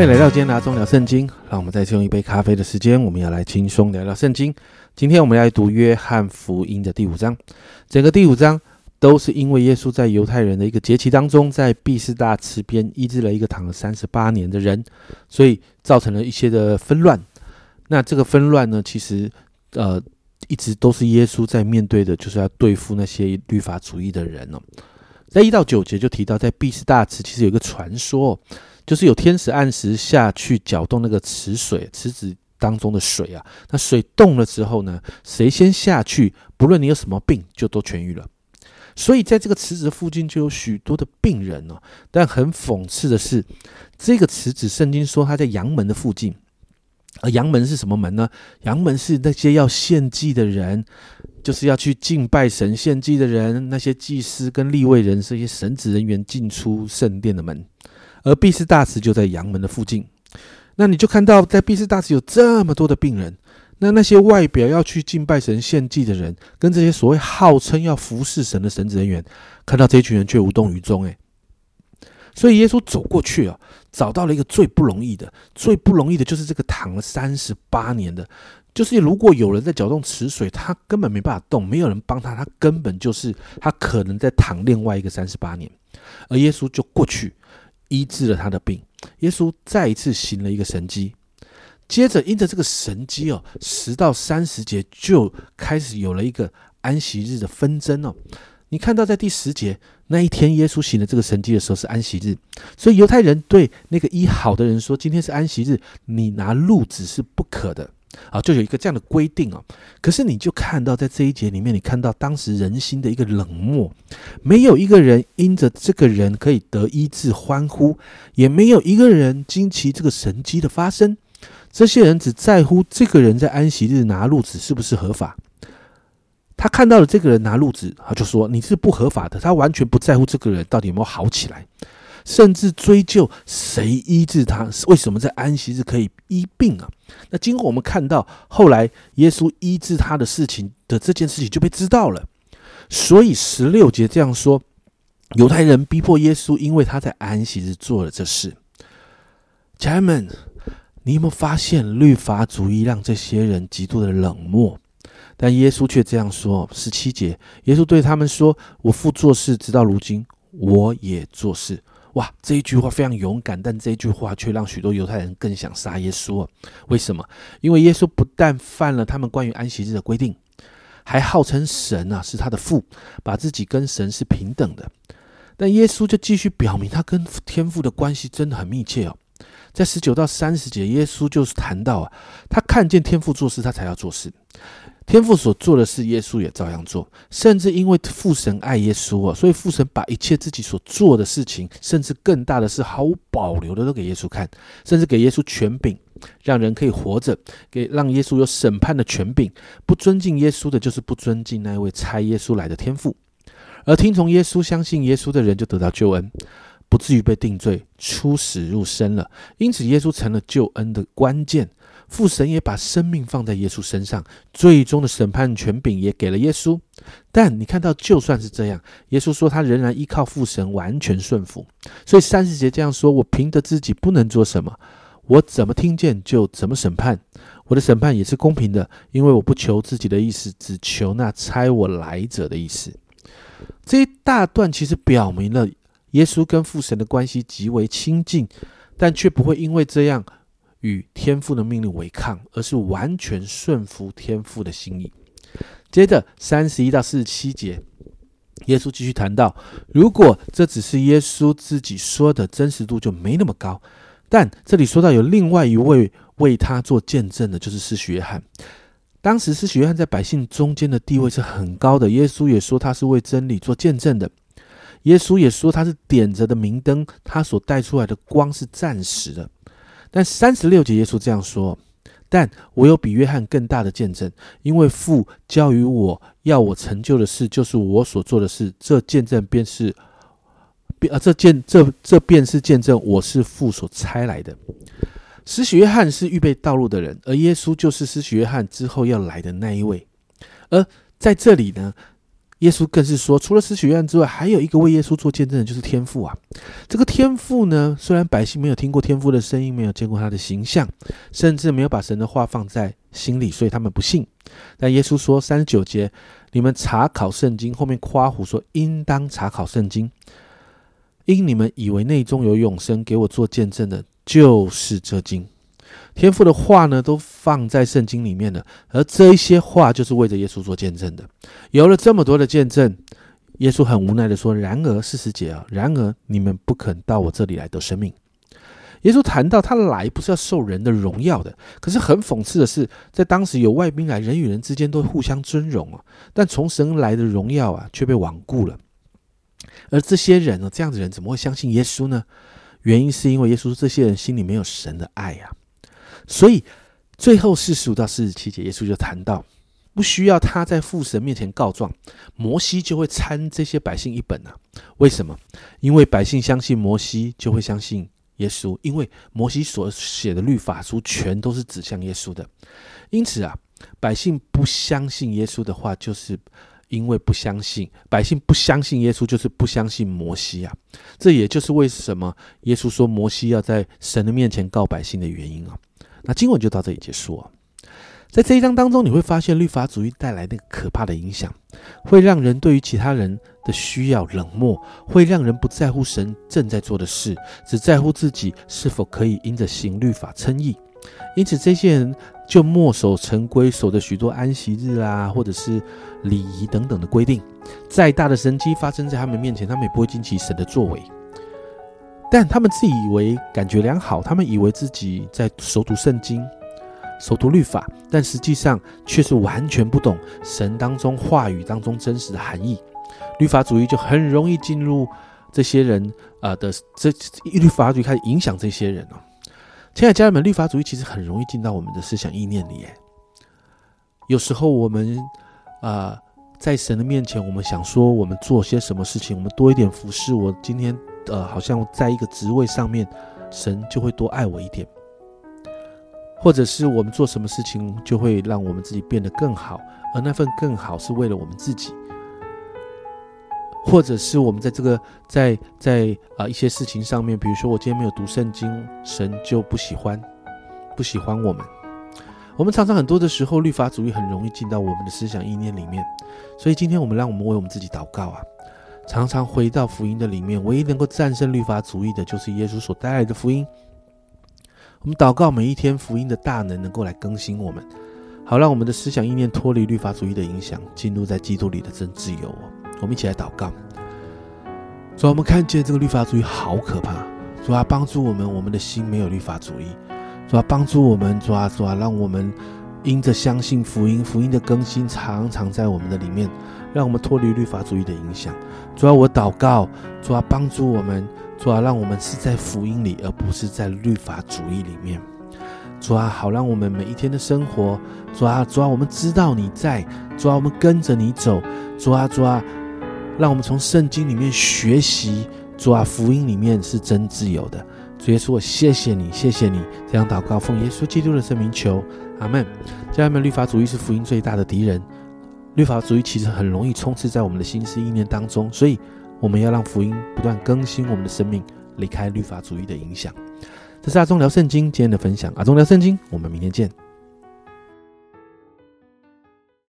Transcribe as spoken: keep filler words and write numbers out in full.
欢迎来到今天拿中聊圣经，让我们再次用一杯咖啡的时间，我们要来轻松聊聊圣经。今天我们要来读约翰福音的第五章，整个第五章都是因为耶稣在犹太人的一个节期当中，在毕士大池边医治了一个躺了三十八年的人，所以造成了一些的纷乱。那这个纷乱呢，其实呃一直都是耶稣在面对的，就是要对付那些律法主义的人哦。在一到九节就提到，在毕士大池其实有一个传说哦，就是有天使按时下去搅动那个池水，池子当中的水啊，那水动了之后呢，谁先下去，不论你有什么病，就都痊愈了。所以在这个池子附近就有许多的病人哦。但很讽刺的是，这个池子圣经说它在阳门的附近，而阳门是什么门呢？阳门是那些要献祭的人，就是要去敬拜神献祭的人，那些祭司跟利未人，这些神职人员进出圣殿的门。而毕士大池就在阳门的附近，那你就看到在毕士大池有这么多的病人，那那些外表要去敬拜神献祭的人，跟这些所谓号称要服侍神的神职人员，看到这群人却无动于衷。诶所以耶稣走过去啊，找到了一个最不容易的，最不容易的就是这个躺了三十八年的，就是如果有人在搅动池水，他根本没办法动，没有人帮他，他根本就是他可能在躺另外一个三十八年，而耶稣就过去医治了他的病。耶稣再一次行了一个神迹，接着因着这个神迹哦，十到三十节就开始有了一个安息日的纷争哦。你看到在第十节那一天耶稣行了这个神迹的时候是安息日，所以犹太人对那个医好的人说，今天是安息日，你拿褥子是不可的啊，就有一个这样的规定哦。可是你就看到在这一节里面，你看到当时人心的一个冷漠，没有一个人因着这个人可以得医治欢呼，也没有一个人惊奇这个神迹的发生。这些人只在乎这个人在安息日拿褥子是不是合法。他看到了这个人拿褥子，他就说你是不合法的，他完全不在乎这个人到底有没有好起来，甚至追究谁医治他，为什么在安息日可以医病啊？那经过我们看到后来耶稣医治他的事情的这件事情就被知道了，所以十六节这样说，犹太人逼迫耶稣，因为他在安息日做了这事。家人们，你有没有发现律法主义让这些人极度的冷漠？但耶稣却这样说，十七节，耶稣对他们说，我父做事直到如今，我也做事。哇，这一句话非常勇敢，但这一句话却让许多犹太人更想杀耶稣。为什么？因为耶稣不但犯了他们关于安息日的规定，还号称神啊是他的父，把自己跟神是平等的。但耶稣就继续表明他跟天父的关系真的很密切哦。在十九到三十节，耶稣就是谈到啊，他看见天父做事，他才要做事。天父所做的事，耶稣也照样做，甚至因为父神爱耶稣、哦、所以父神把一切自己所做的事情，甚至更大的事毫无保留的都给耶稣看，甚至给耶稣权柄，让人可以活着，给让耶稣有审判的权柄。不尊敬耶稣的，就是不尊敬那一位差耶稣来的天父。而听从耶稣、相信耶稣的人，就得到救恩，不至于被定罪，出死入生了。因此耶稣成了救恩的关键，父神也把生命放在耶稣身上，最终的审判权柄也给了耶稣。但你看到就算是这样，耶稣说他仍然依靠父神完全顺服。所以三十节这样说，我凭着自己不能做什么，我怎么听见就怎么审判，我的审判也是公平的，因为我不求自己的意思，只求那差我来者的意思。这一大段其实表明了耶稣跟父神的关系极为亲近，但却不会因为这样与天父的命令违抗，而是完全顺服天父的心意。接着三十一到四十七节，耶稣继续谈到，如果这只是耶稣自己说的，真实度就没那么高。但这里说到有另外一位为他做见证的，就是施洗约翰。当时施洗约翰在百姓中间的地位是很高的，耶稣也说他是为真理做见证的。耶稣也说他是点着的明灯，他所带出来的光是暂时的。但三十六节耶稣这样说，但我有比约翰更大的见证，因为父交于我要我成就的事，就是我所做的事，这见证便是、啊、这, 见 这, 这便是见证我是父所差来的。施洗约翰是预备道路的人，而耶稣就是施洗约翰之后要来的那一位。而在这里呢， 耶稣更是说，除了施洗约翰之外，还有一个为耶稣做见证的，就是天父啊。这个天父呢，虽然百姓没有听过天父的声音，没有见过他的形象，甚至没有把神的话放在心里，所以他们不信。但耶稣说三十九节，你们查考圣经，后面夸胡说应当查考圣经，因你们以为内中有永生，给我做见证的就是这经。天父的话呢，都放在圣经里面了，而这一些话就是为着耶稣做见证的。有了这么多的见证，耶稣很无奈的说，然而四十节啊，然而你们不肯到我这里来得生命。耶稣谈到他来不是要受人的荣耀的，可是很讽刺的是，在当时有外宾来，人与人之间都互相尊荣、啊、但从神来的荣耀啊，却被罔顾了。而这些人呢、啊，这样的人怎么会相信耶稣呢？原因是因为耶稣说这些人心里没有神的爱啊。所以最后四十五到四十七节，耶稣就谈到，不需要他在父神面前告状，摩西就会参这些百姓一本啊。为什么？因为百姓相信摩西，就会相信耶稣，因为摩西所写的律法书全都是指向耶稣的。因此啊，百姓不相信耶稣的话，就是因为不相信，百姓不相信耶稣，就是不相信摩西啊。这也就是为什么耶稣说摩西要在神的面前告百姓的原因啊。那经文就到这里结束、哦、在这一章当中，你会发现律法主义带来那个可怕的影响，会让人对于其他人的需要冷漠，会让人不在乎神正在做的事，只在乎自己是否可以因着行律法称义。因此这些人就墨守成规，守着许多安息日啊，或者是礼仪等等的规定。再大的神迹发生在他们面前，他们也不会惊奇神的作为。但他们自以为感觉良好，他们以为自己在熟读圣经、熟读律法，但实际上却是完全不懂神当中话语当中真实的含义。律法主义就很容易进入这些人、呃、的这律法主义开始影响这些人、哦、亲爱的家人们，律法主义其实很容易进到我们的思想意念里耶。有时候我们、呃、在神的面前，我们想说我们做些什么事情，我们多一点服侍，我今天呃，好像在一个职位上面，神就会多爱我一点，或者是我们做什么事情就会让我们自己变得更好，而那份更好是为了我们自己，或者是我们在这个在在、呃、一些事情上面，比如说我今天没有读圣经，神就不喜欢不喜欢我们。我们常常很多的时候，律法主义很容易进到我们的思想意念里面，所以今天我们让我们为我们自己祷告啊。常常回到福音的里面，唯一能够战胜律法主义的就是耶稣所带来的福音。我们祷告每一天福音的大能能够来更新我们，好让我们的思想意念脱离律法主义的影响，进入在基督里的真自由、哦、我们一起来祷告。主啊，我们看见这个律法主义好可怕，主啊，帮助我们，我们的心没有律法主义。主啊，帮助我们，主啊，主啊，让我们因着相信福音，福音的更新常常在我们的里面，让我们脱离律法主义的影响。主啊，我祷告，主啊，帮助我们，主啊，让我们是在福音里，而不是在律法主义里面。主啊，好让我们每一天的生活，主啊，主啊，我们知道你在，主啊，我们跟着你走，主啊，主啊，让我们从圣经里面学习，主啊，福音里面是真自由的。主耶稣，我谢谢你，谢谢你。这样祷告，奉耶稣基督的圣名求，阿们。家人们，律法主义是福音最大的敌人。律法主义其实很容易充斥在我们的心思意念当中，所以我们要让福音不断更新我们的生命，离开律法主义的影响。这是阿忠聊圣经今天的分享，阿忠聊圣经，我们明天见。